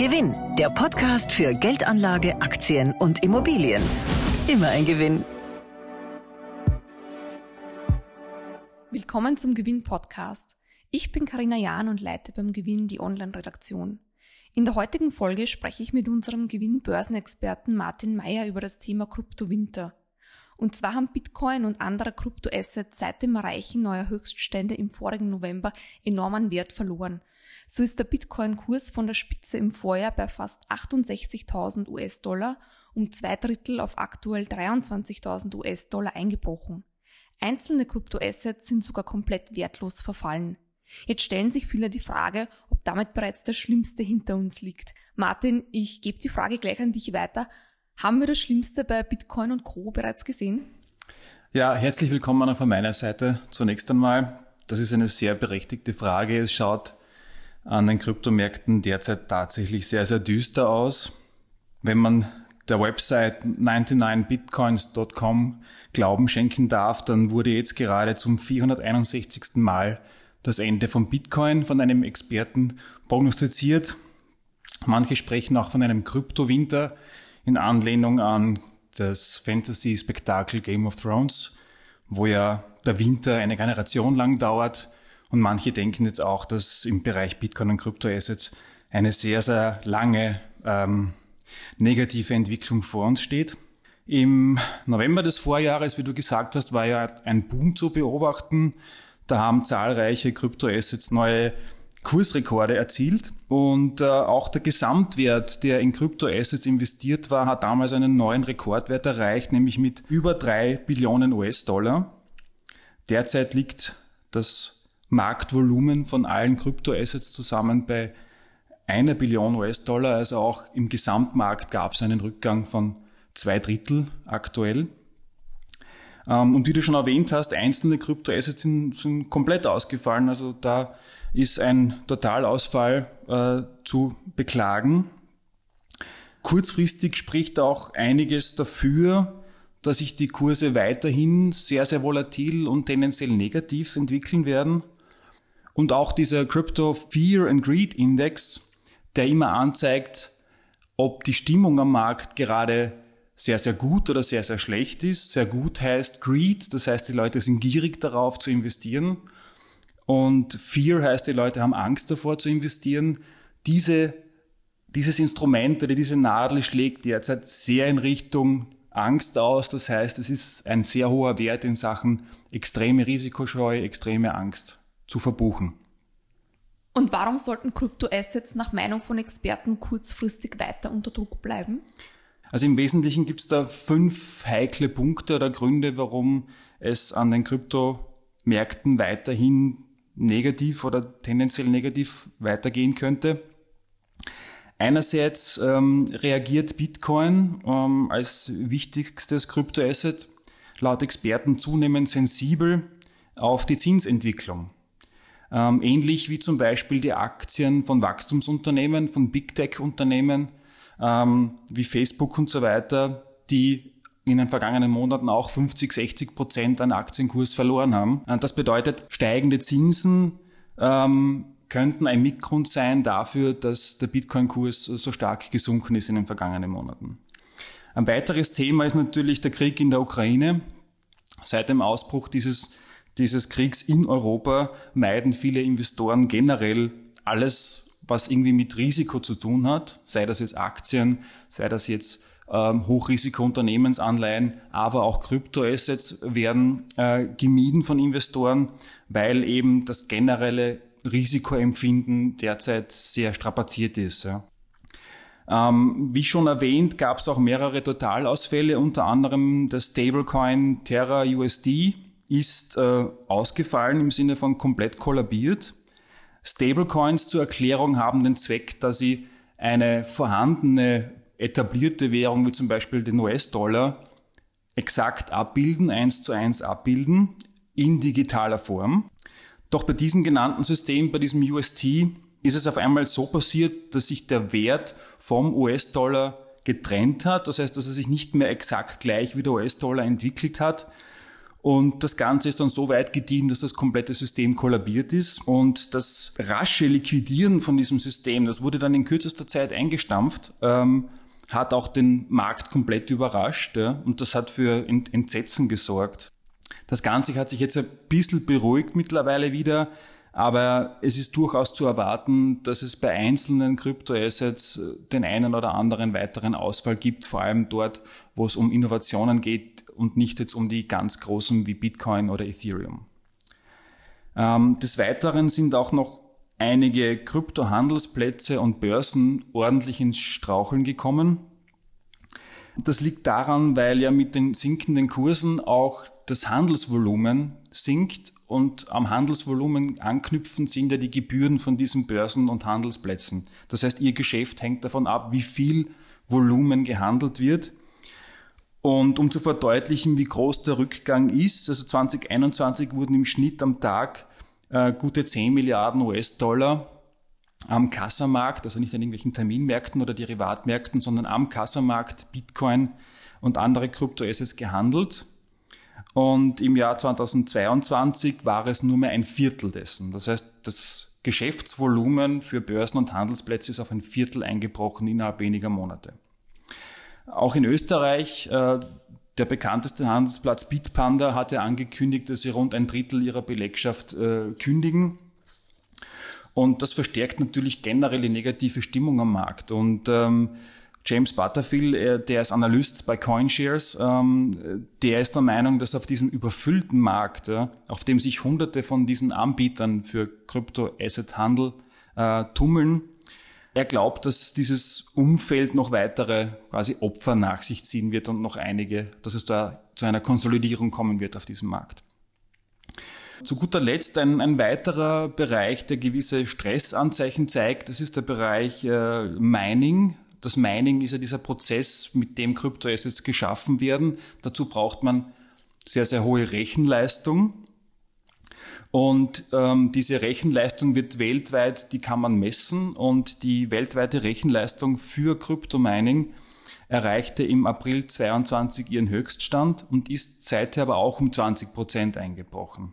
Gewinn, der Podcast für Geldanlage, Aktien und Immobilien. Immer ein Gewinn. Willkommen zum Gewinn-Podcast. Ich bin Carina Jahn und leite beim Gewinn die Online-Redaktion. In der heutigen Folge spreche ich mit unserem Gewinn-Börsenexperten Martin Meyer über das Thema Kryptowinter. Und zwar haben Bitcoin und andere Kryptoassets seit dem Erreichen neuer Höchststände im vorigen November enorm an Wert verloren. So ist der Bitcoin-Kurs von der Spitze im Vorjahr bei fast 68.000 US-Dollar um 2/3 auf aktuell 23.000 US-Dollar eingebrochen. Einzelne Kryptoassets sind sogar komplett wertlos verfallen. Jetzt stellen sich viele die Frage, ob damit bereits das Schlimmste hinter uns liegt. Martin, ich gebe die Frage gleich an dich weiter. Haben wir das Schlimmste bei Bitcoin und Co. bereits gesehen? Ja, herzlich willkommen auch von meiner Seite. Zunächst einmal, das ist eine sehr berechtigte Frage. Es schaut an den Kryptomärkten derzeit tatsächlich sehr, sehr düster aus. Wenn man der Website 99bitcoins.com Glauben schenken darf, dann wurde jetzt gerade zum 461. Mal das Ende von Bitcoin von einem Experten prognostiziert. Manche sprechen auch von einem Kryptowinter in Anlehnung an das Fantasy-Spektakel Game of Thrones, wo ja der Winter eine Generation lang dauert. Und manche denken jetzt auch, dass im Bereich Bitcoin und Kryptoassets eine sehr, sehr lange negative Entwicklung vor uns steht. Im November des Vorjahres, wie du gesagt hast, war ja ein Boom zu beobachten. Da haben zahlreiche Kryptoassets neue Kursrekorde erzielt. Und auch der Gesamtwert, der in Kryptoassets investiert war, hat damals einen neuen Rekordwert erreicht, nämlich mit über 3 Billionen US-Dollar. Derzeit liegt das Marktvolumen von allen Kryptoassets zusammen bei 1 Billion US-Dollar. Also auch im Gesamtmarkt gab es einen Rückgang von 2/3 aktuell. Und wie du schon erwähnt hast, einzelne Kryptoassets sind komplett ausgefallen. Also da ist ein Totalausfall zu beklagen. Kurzfristig spricht auch einiges dafür, dass sich die Kurse weiterhin sehr, sehr volatil und tendenziell negativ entwickeln werden. Und auch dieser Crypto Fear and Greed Index, der immer anzeigt, ob die Stimmung am Markt gerade sehr, sehr gut oder sehr, sehr schlecht ist. Sehr gut heißt Greed, das heißt, die Leute sind gierig darauf zu investieren. Und Fear heißt, die Leute haben Angst davor zu investieren. Dieses Instrument oder diese Nadel schlägt derzeit sehr in Richtung Angst aus. Das heißt, es ist ein sehr hoher Wert in Sachen extreme Risikoscheu, extreme Angst zu verbuchen. Und warum sollten Kryptoassets nach Meinung von Experten kurzfristig weiter unter Druck bleiben? Also im Wesentlichen gibt es da 5 heikle Punkte oder Gründe, warum es an den Kryptomärkten weiterhin negativ oder tendenziell negativ weitergehen könnte. Einerseits reagiert Bitcoin als wichtigstes Kryptoasset laut Experten zunehmend sensibel auf die Zinsentwicklung. Ähnlich wie zum Beispiel die Aktien von Wachstumsunternehmen, von Big Tech-Unternehmen, wie Facebook und so weiter, die in den vergangenen Monaten auch 50-60% an Aktienkurs verloren haben. Und das bedeutet, steigende Zinsen könnten ein Mitgrund sein dafür, dass der Bitcoin-Kurs so stark gesunken ist in den vergangenen Monaten. Ein weiteres Thema ist natürlich der Krieg in der Ukraine. Seit dem Ausbruch dieses Kriegs in Europa meiden viele Investoren generell alles, was irgendwie mit Risiko zu tun hat, sei das jetzt Aktien, sei das jetzt Hochrisiko-Unternehmensanleihen, aber auch Kryptoassets werden gemieden von Investoren, weil eben das generelle Risikoempfinden derzeit sehr strapaziert ist. Ja. Wie schon erwähnt, gab es auch mehrere Totalausfälle, unter anderem das Stablecoin Terra USD ist ausgefallen im Sinne von komplett kollabiert. Stablecoins zur Erklärung haben den Zweck, dass sie eine vorhandene etablierte Währung, wie zum Beispiel den US-Dollar, exakt abbilden, 1:1 abbilden, in digitaler Form. Doch bei diesem genannten System, bei diesem UST, ist es auf einmal so passiert, dass sich der Wert vom US-Dollar getrennt hat. Das heißt, dass er sich nicht mehr exakt gleich wie der US-Dollar entwickelt hat. Und das Ganze ist dann so weit gediehen, dass das komplette System kollabiert ist. Und das rasche Liquidieren von diesem System, das wurde dann in kürzester Zeit eingestampft, hat auch den Markt komplett überrascht. Ja, und das hat für Entsetzen gesorgt. Das Ganze hat sich jetzt ein bisschen beruhigt mittlerweile wieder. Aber es ist durchaus zu erwarten, dass es bei einzelnen Kryptoassets den einen oder anderen weiteren Ausfall gibt, vor allem dort, wo es um Innovationen geht und nicht jetzt um die ganz großen wie Bitcoin oder Ethereum. Des Weiteren sind auch noch einige Kryptohandelsplätze und Börsen ordentlich ins Straucheln gekommen. Das liegt daran, weil ja mit den sinkenden Kursen auch das Handelsvolumen sinkt und am Handelsvolumen anknüpfend sind ja die Gebühren von diesen Börsen und Handelsplätzen. Das heißt, ihr Geschäft hängt davon ab, wie viel Volumen gehandelt wird. Und um zu verdeutlichen, wie groß der Rückgang ist, also 2021 wurden im Schnitt am Tag gute 10 Milliarden US-Dollar am Kassamarkt, also nicht an irgendwelchen Terminmärkten oder Derivatmärkten, sondern am Kassamarkt Bitcoin und andere Kryptoassets gehandelt. Und im Jahr 2022 war es nur mehr ein Viertel dessen. Das heißt, das Geschäftsvolumen für Börsen und Handelsplätze ist auf ein Viertel eingebrochen innerhalb weniger Monate. Auch in Österreich, der bekannteste Handelsplatz Bitpanda hat ja angekündigt, dass sie rund ein Drittel ihrer Belegschaft kündigen. Und das verstärkt natürlich generell die negative Stimmung am Markt. Und James Butterfield, der ist Analyst bei CoinShares, der ist der Meinung, dass auf diesem überfüllten Markt, auf dem sich Hunderte von diesen Anbietern für Krypto-Asset-Handel tummeln, er glaubt, dass dieses Umfeld noch weitere quasi Opfer nach sich ziehen wird und noch einige, dass es da zu einer Konsolidierung kommen wird auf diesem Markt. Zu guter Letzt ein weiterer Bereich, der gewisse Stressanzeichen zeigt, das ist der Bereich Mining. Das Mining ist ja dieser Prozess, mit dem Kryptoassets geschaffen werden. Dazu braucht man sehr, sehr hohe Rechenleistung. Und diese Rechenleistung wird weltweit, die kann man messen. Und die weltweite Rechenleistung für Kryptomining erreichte im April 2022 ihren Höchststand und ist seither aber auch um 20% eingebrochen.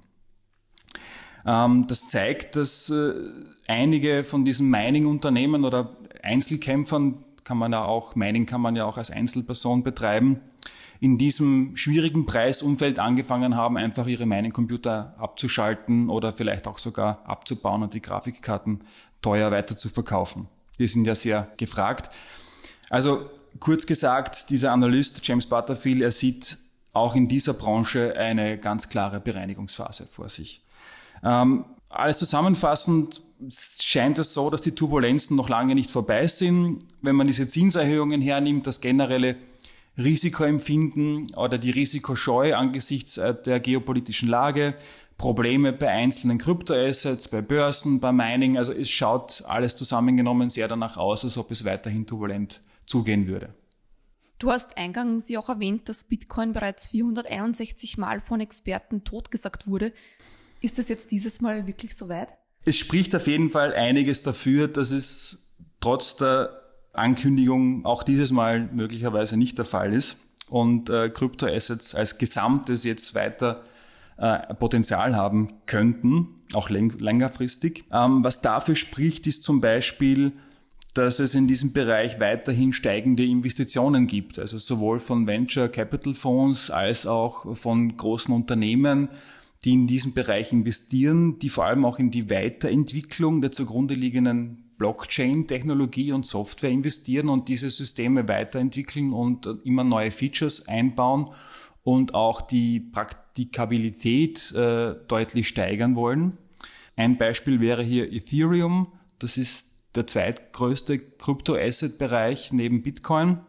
Das zeigt, dass einige von diesen Mining-Unternehmen oder Einzelkämpfern, Mining kann man ja auch als Einzelperson betreiben, in diesem schwierigen Preisumfeld angefangen haben, einfach ihre Mining-Computer abzuschalten oder vielleicht auch sogar abzubauen und die Grafikkarten teuer weiter zu verkaufen. Die sind ja sehr gefragt. Also kurz gesagt, dieser Analyst James Butterfield, er sieht auch in dieser Branche eine ganz klare Bereinigungsphase vor sich. Alles zusammenfassend scheint es so, dass die Turbulenzen noch lange nicht vorbei sind. Wenn man diese Zinserhöhungen hernimmt, das generelle Risikoempfinden oder die Risikoscheu angesichts der geopolitischen Lage, Probleme bei einzelnen Kryptoassets, bei Börsen, bei Mining, also es schaut alles zusammengenommen sehr danach aus, als ob es weiterhin turbulent zugehen würde. Du hast eingangs ja auch erwähnt, dass Bitcoin bereits 461 Mal von Experten totgesagt wurde. Ist das jetzt dieses Mal wirklich so weit? Es spricht auf jeden Fall einiges dafür, dass es trotz der Ankündigung auch dieses Mal möglicherweise nicht der Fall ist und Kryptoassets als Gesamtes jetzt weiter Potenzial haben könnten, auch längerfristig. Was dafür spricht, ist zum Beispiel, dass es in diesem Bereich weiterhin steigende Investitionen gibt, also sowohl von Venture Capital Fonds als auch von großen Unternehmen, die in diesem Bereich investieren, die vor allem auch in die Weiterentwicklung der zugrunde liegenden Blockchain-Technologie und Software investieren und diese Systeme weiterentwickeln und immer neue Features einbauen und auch die Praktikabilität deutlich steigern wollen. Ein Beispiel wäre hier Ethereum. Das ist der zweitgrößte Krypto-Asset-Bereich neben Bitcoin.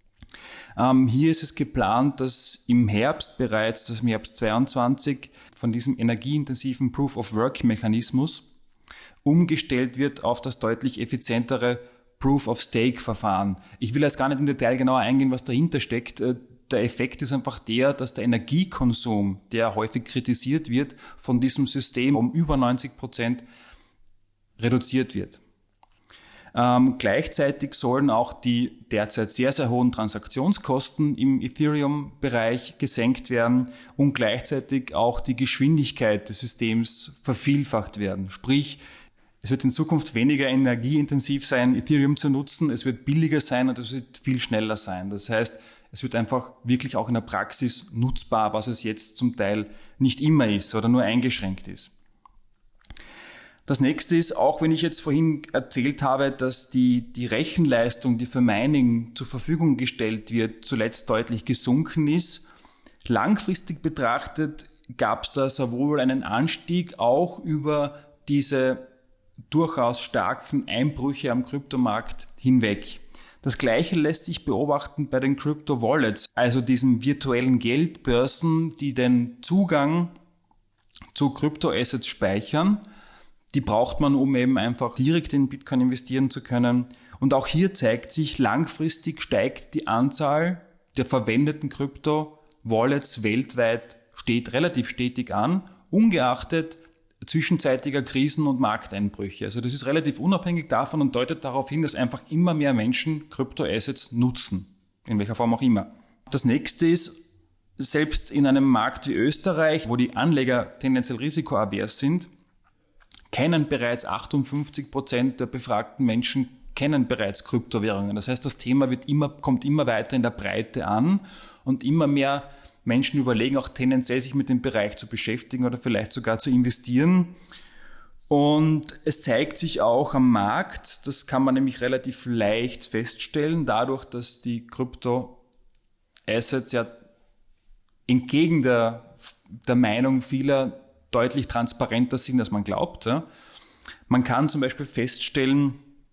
Hier ist es geplant, dass im Herbst bereits, also im Herbst 2022, von diesem energieintensiven Proof-of-Work-Mechanismus umgestellt wird auf das deutlich effizientere Proof-of-Stake-Verfahren. Ich will jetzt gar nicht im Detail genauer eingehen, was dahinter steckt. Der Effekt ist einfach der, dass der Energiekonsum, der häufig kritisiert wird, von diesem System um über 90% reduziert wird. Gleichzeitig sollen auch die derzeit sehr, sehr hohen Transaktionskosten im Ethereum-Bereich gesenkt werden und gleichzeitig auch die Geschwindigkeit des Systems vervielfacht werden. Sprich, es wird in Zukunft weniger energieintensiv sein, Ethereum zu nutzen, es wird billiger sein und es wird viel schneller sein. Das heißt, es wird einfach wirklich auch in der Praxis nutzbar, was es jetzt zum Teil nicht immer ist oder nur eingeschränkt ist. Das nächste ist, auch wenn ich jetzt vorhin erzählt habe, dass die Rechenleistung, die für Mining zur Verfügung gestellt wird, zuletzt deutlich gesunken ist, langfristig betrachtet gab es da sehr wohl einen Anstieg auch über diese durchaus starken Einbrüche am Kryptomarkt hinweg. Das Gleiche lässt sich beobachten bei den Crypto-Wallets, also diesen virtuellen Geldbörsen, die den Zugang zu Kryptoassets speichern. Die braucht man, um eben einfach direkt in Bitcoin investieren zu können. Und auch hier zeigt sich, langfristig steigt die Anzahl der verwendeten Krypto-Wallets weltweit relativ stetig an, ungeachtet zwischenzeitiger Krisen und Markteinbrüche. Also das ist relativ unabhängig davon und deutet darauf hin, dass einfach immer mehr Menschen Kryptoassets nutzen, in welcher Form auch immer. Das nächste ist, selbst in einem Markt wie Österreich, wo die Anleger tendenziell risikoavers sind, kennen bereits 58% der befragten Menschen bereits Kryptowährungen. Das heißt, das Thema kommt immer weiter in der Breite an und immer mehr Menschen überlegen auch tendenziell, sich mit dem Bereich zu beschäftigen oder vielleicht sogar zu investieren. Und es zeigt sich auch am Markt, das kann man nämlich relativ leicht feststellen, dadurch, dass die Kryptoassets ja entgegen der Meinung vieler deutlich transparenter sind, als man glaubt. Ja. Man kann zum Beispiel feststellen,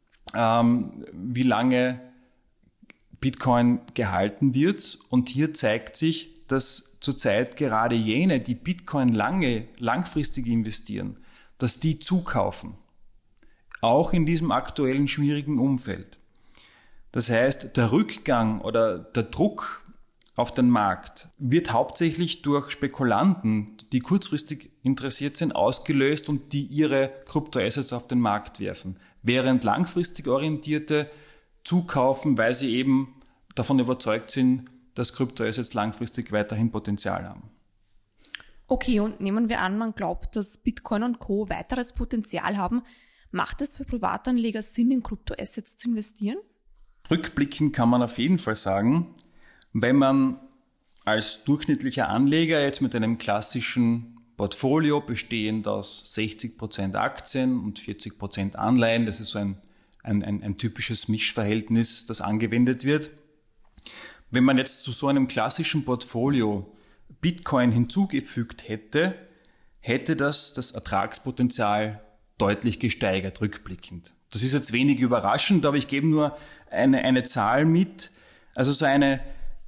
wie lange Bitcoin gehalten wird. Und hier zeigt sich, dass zurzeit gerade jene, die Bitcoin langfristig investieren, dass die zukaufen. Auch in diesem aktuellen schwierigen Umfeld. Das heißt, der Rückgang oder der Druck auf den Markt wird hauptsächlich durch Spekulanten, die kurzfristig interessiert sind, ausgelöst und die ihre Kryptoassets auf den Markt werfen. Während langfristig Orientierte zukaufen, weil sie eben davon überzeugt sind, dass Kryptoassets langfristig weiterhin Potenzial haben. Okay, und nehmen wir an, man glaubt, dass Bitcoin und Co. weiteres Potenzial haben. Macht es für Privatanleger Sinn, in Kryptoassets zu investieren? Rückblickend kann man auf jeden Fall sagen, wenn man als durchschnittlicher Anleger jetzt mit einem klassischen Portfolio bestehend aus 60% Aktien und 40% Anleihen, das ist so ein typisches Mischverhältnis, das angewendet wird. Wenn man jetzt zu so einem klassischen Portfolio Bitcoin hinzugefügt hätte, hätte das Ertragspotenzial deutlich gesteigert, rückblickend. Das ist jetzt wenig überraschend, aber ich gebe nur eine Zahl mit. Also so ein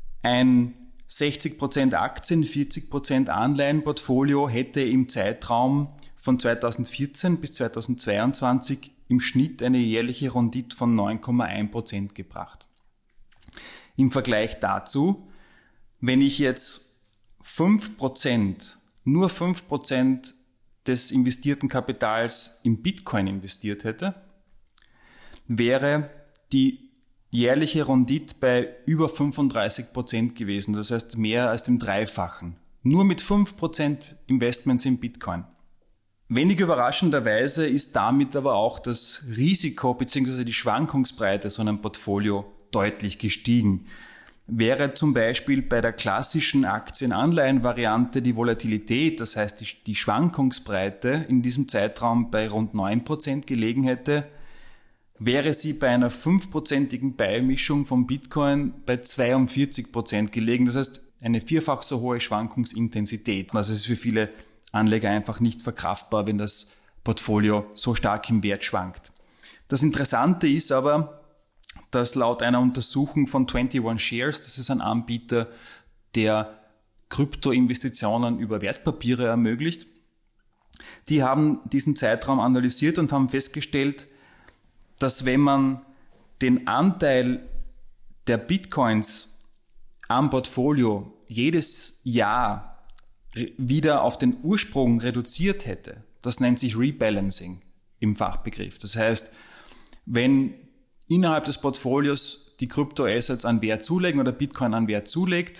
60% Aktien, 40% Anleihenportfolio hätte im Zeitraum von 2014 bis 2022 im Schnitt eine jährliche Rendite von 9,1% gebracht. Im Vergleich dazu, wenn ich jetzt 5%, nur 5% des investierten Kapitals in Bitcoin investiert hätte, wäre die jährliche Rendite bei über 35% gewesen, das heißt mehr als dem Dreifachen. Nur mit 5% Investments in Bitcoin. Wenig überraschenderweise ist damit aber auch das Risiko bzw. die Schwankungsbreite so einem Portfolio deutlich gestiegen. Wäre zum Beispiel bei der klassischen Aktien-Anleihen-Variante die Volatilität, das heißt die Schwankungsbreite in diesem Zeitraum bei rund 9% gelegen hätte, wäre sie bei einer 5%igen Beimischung von Bitcoin bei 42% gelegen. Das heißt, eine vierfach so hohe Schwankungsintensität. Also es ist für viele Anleger einfach nicht verkraftbar, wenn das Portfolio so stark im Wert schwankt. Das Interessante ist aber, dass laut einer Untersuchung von 21Shares, das ist ein Anbieter, der Kryptoinvestitionen über Wertpapiere ermöglicht, die haben diesen Zeitraum analysiert und haben festgestellt, dass wenn man den Anteil der Bitcoins am Portfolio jedes Jahr wieder auf den Ursprung reduziert hätte, das nennt sich Rebalancing im Fachbegriff. Das heißt, wenn innerhalb des Portfolios die Kryptoassets an Wert zulegen oder Bitcoin an Wert zulegt,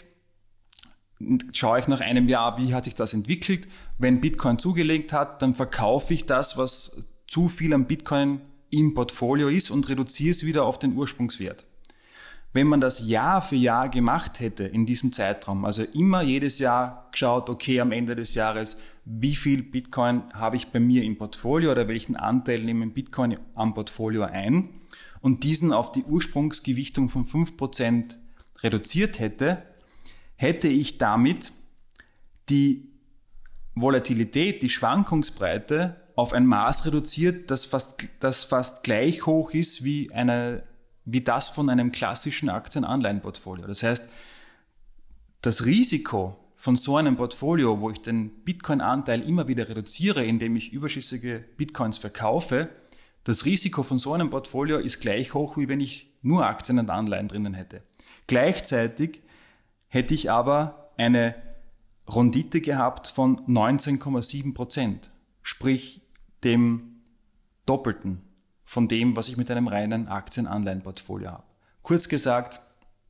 schaue ich nach einem Jahr, wie hat sich das entwickelt. Wenn Bitcoin zugelegt hat, dann verkaufe ich das, was zu viel an Bitcoin im Portfolio ist und reduziere es wieder auf den Ursprungswert. Wenn man das Jahr für Jahr gemacht hätte in diesem Zeitraum, also immer jedes Jahr geschaut, okay, am Ende des Jahres, wie viel Bitcoin habe ich bei mir im Portfolio oder welchen Anteil nehmen Bitcoin am Portfolio ein und diesen auf die Ursprungsgewichtung von 5% reduziert hätte, hätte ich damit die Volatilität, die Schwankungsbreite auf ein Maß reduziert, das fast gleich hoch ist wie das von einem klassischen Aktien-Anleihen-Portfolio. Das heißt, das Risiko von so einem Portfolio, wo ich den Bitcoin-Anteil immer wieder reduziere, indem ich überschüssige Bitcoins verkaufe, das Risiko von so einem Portfolio ist gleich hoch, wie wenn ich nur Aktien und Anleihen drinnen hätte. Gleichzeitig hätte ich aber eine Rendite gehabt von 19,7%, sprich dem Doppelten von dem, was ich mit einem reinen Aktien-Anleihen-Portfolio habe. Kurz gesagt,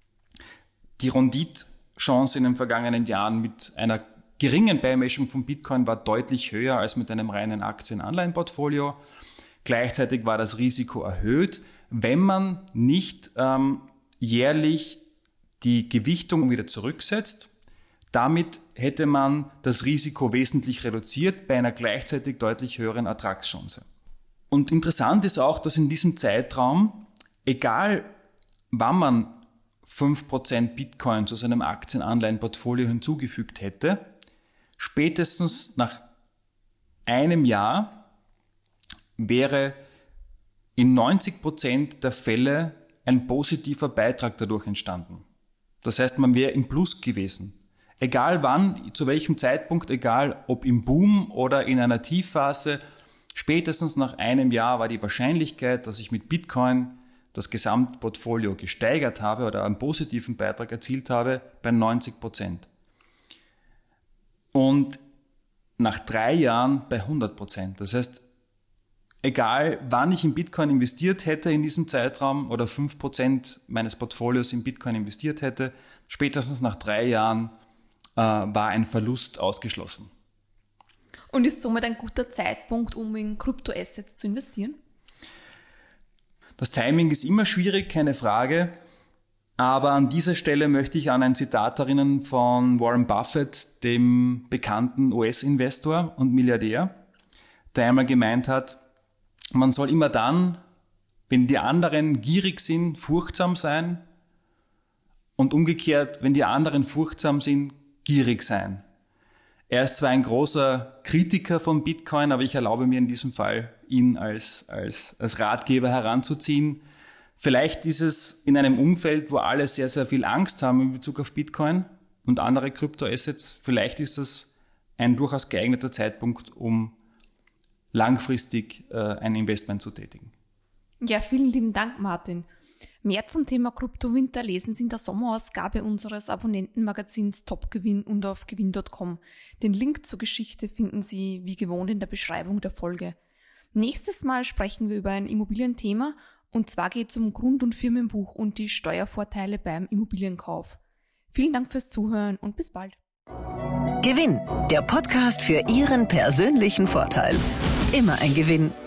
die Renditchance in den vergangenen Jahren mit einer geringen Beimischung von Bitcoin war deutlich höher als mit einem reinen Aktien-Anleihen-Portfolio. Gleichzeitig war das Risiko erhöht, wenn man nicht jährlich die Gewichtung wieder zurücksetzt. Damit hätte man das Risiko wesentlich reduziert bei einer gleichzeitig deutlich höheren Ertragschance. Und interessant ist auch, dass in diesem Zeitraum, egal wann man 5% Bitcoin zu seinem Aktien-Anleihen-Portfolio hinzugefügt hätte, spätestens nach einem Jahr wäre in 90% der Fälle ein positiver Beitrag dadurch entstanden. Das heißt, man wäre im Plus gewesen. Egal wann, zu welchem Zeitpunkt, egal ob im Boom oder in einer Tiefphase, spätestens nach einem Jahr war die Wahrscheinlichkeit, dass ich mit Bitcoin das Gesamtportfolio gesteigert habe oder einen positiven Beitrag erzielt habe, bei 90%. Und nach 3 Jahren bei 100%. Das heißt, egal wann ich in Bitcoin investiert hätte in diesem Zeitraum oder 5% meines Portfolios in Bitcoin investiert hätte, spätestens nach 3 Jahren war ein Verlust ausgeschlossen. Und ist somit ein guter Zeitpunkt, um in Kryptoassets zu investieren? Das Timing ist immer schwierig, keine Frage. Aber an dieser Stelle möchte ich an ein Zitat erinnern von Warren Buffett, dem bekannten US-Investor und Milliardär, der einmal gemeint hat, man soll immer dann, wenn die anderen gierig sind, furchtsam sein und umgekehrt, wenn die anderen furchtsam sind, gierig sein. Er ist zwar ein großer Kritiker von Bitcoin, aber ich erlaube mir in diesem Fall, ihn als Ratgeber heranzuziehen. Vielleicht ist es in einem Umfeld, wo alle sehr, sehr viel Angst haben in Bezug auf Bitcoin und andere Kryptoassets, vielleicht ist es ein durchaus geeigneter Zeitpunkt, um langfristig ein Investment zu tätigen. Ja, vielen lieben Dank, Martin. Mehr zum Thema Kryptowinter lesen Sie in der Sommerausgabe unseres Abonnentenmagazins Topgewinn und auf gewinn.com. Den Link zur Geschichte finden Sie wie gewohnt in der Beschreibung der Folge. Nächstes Mal sprechen wir über ein Immobilienthema und zwar geht es um Grund- und Firmenbuch und die Steuervorteile beim Immobilienkauf. Vielen Dank fürs Zuhören und bis bald. Gewinn, der Podcast für Ihren persönlichen Vorteil. Immer ein Gewinn.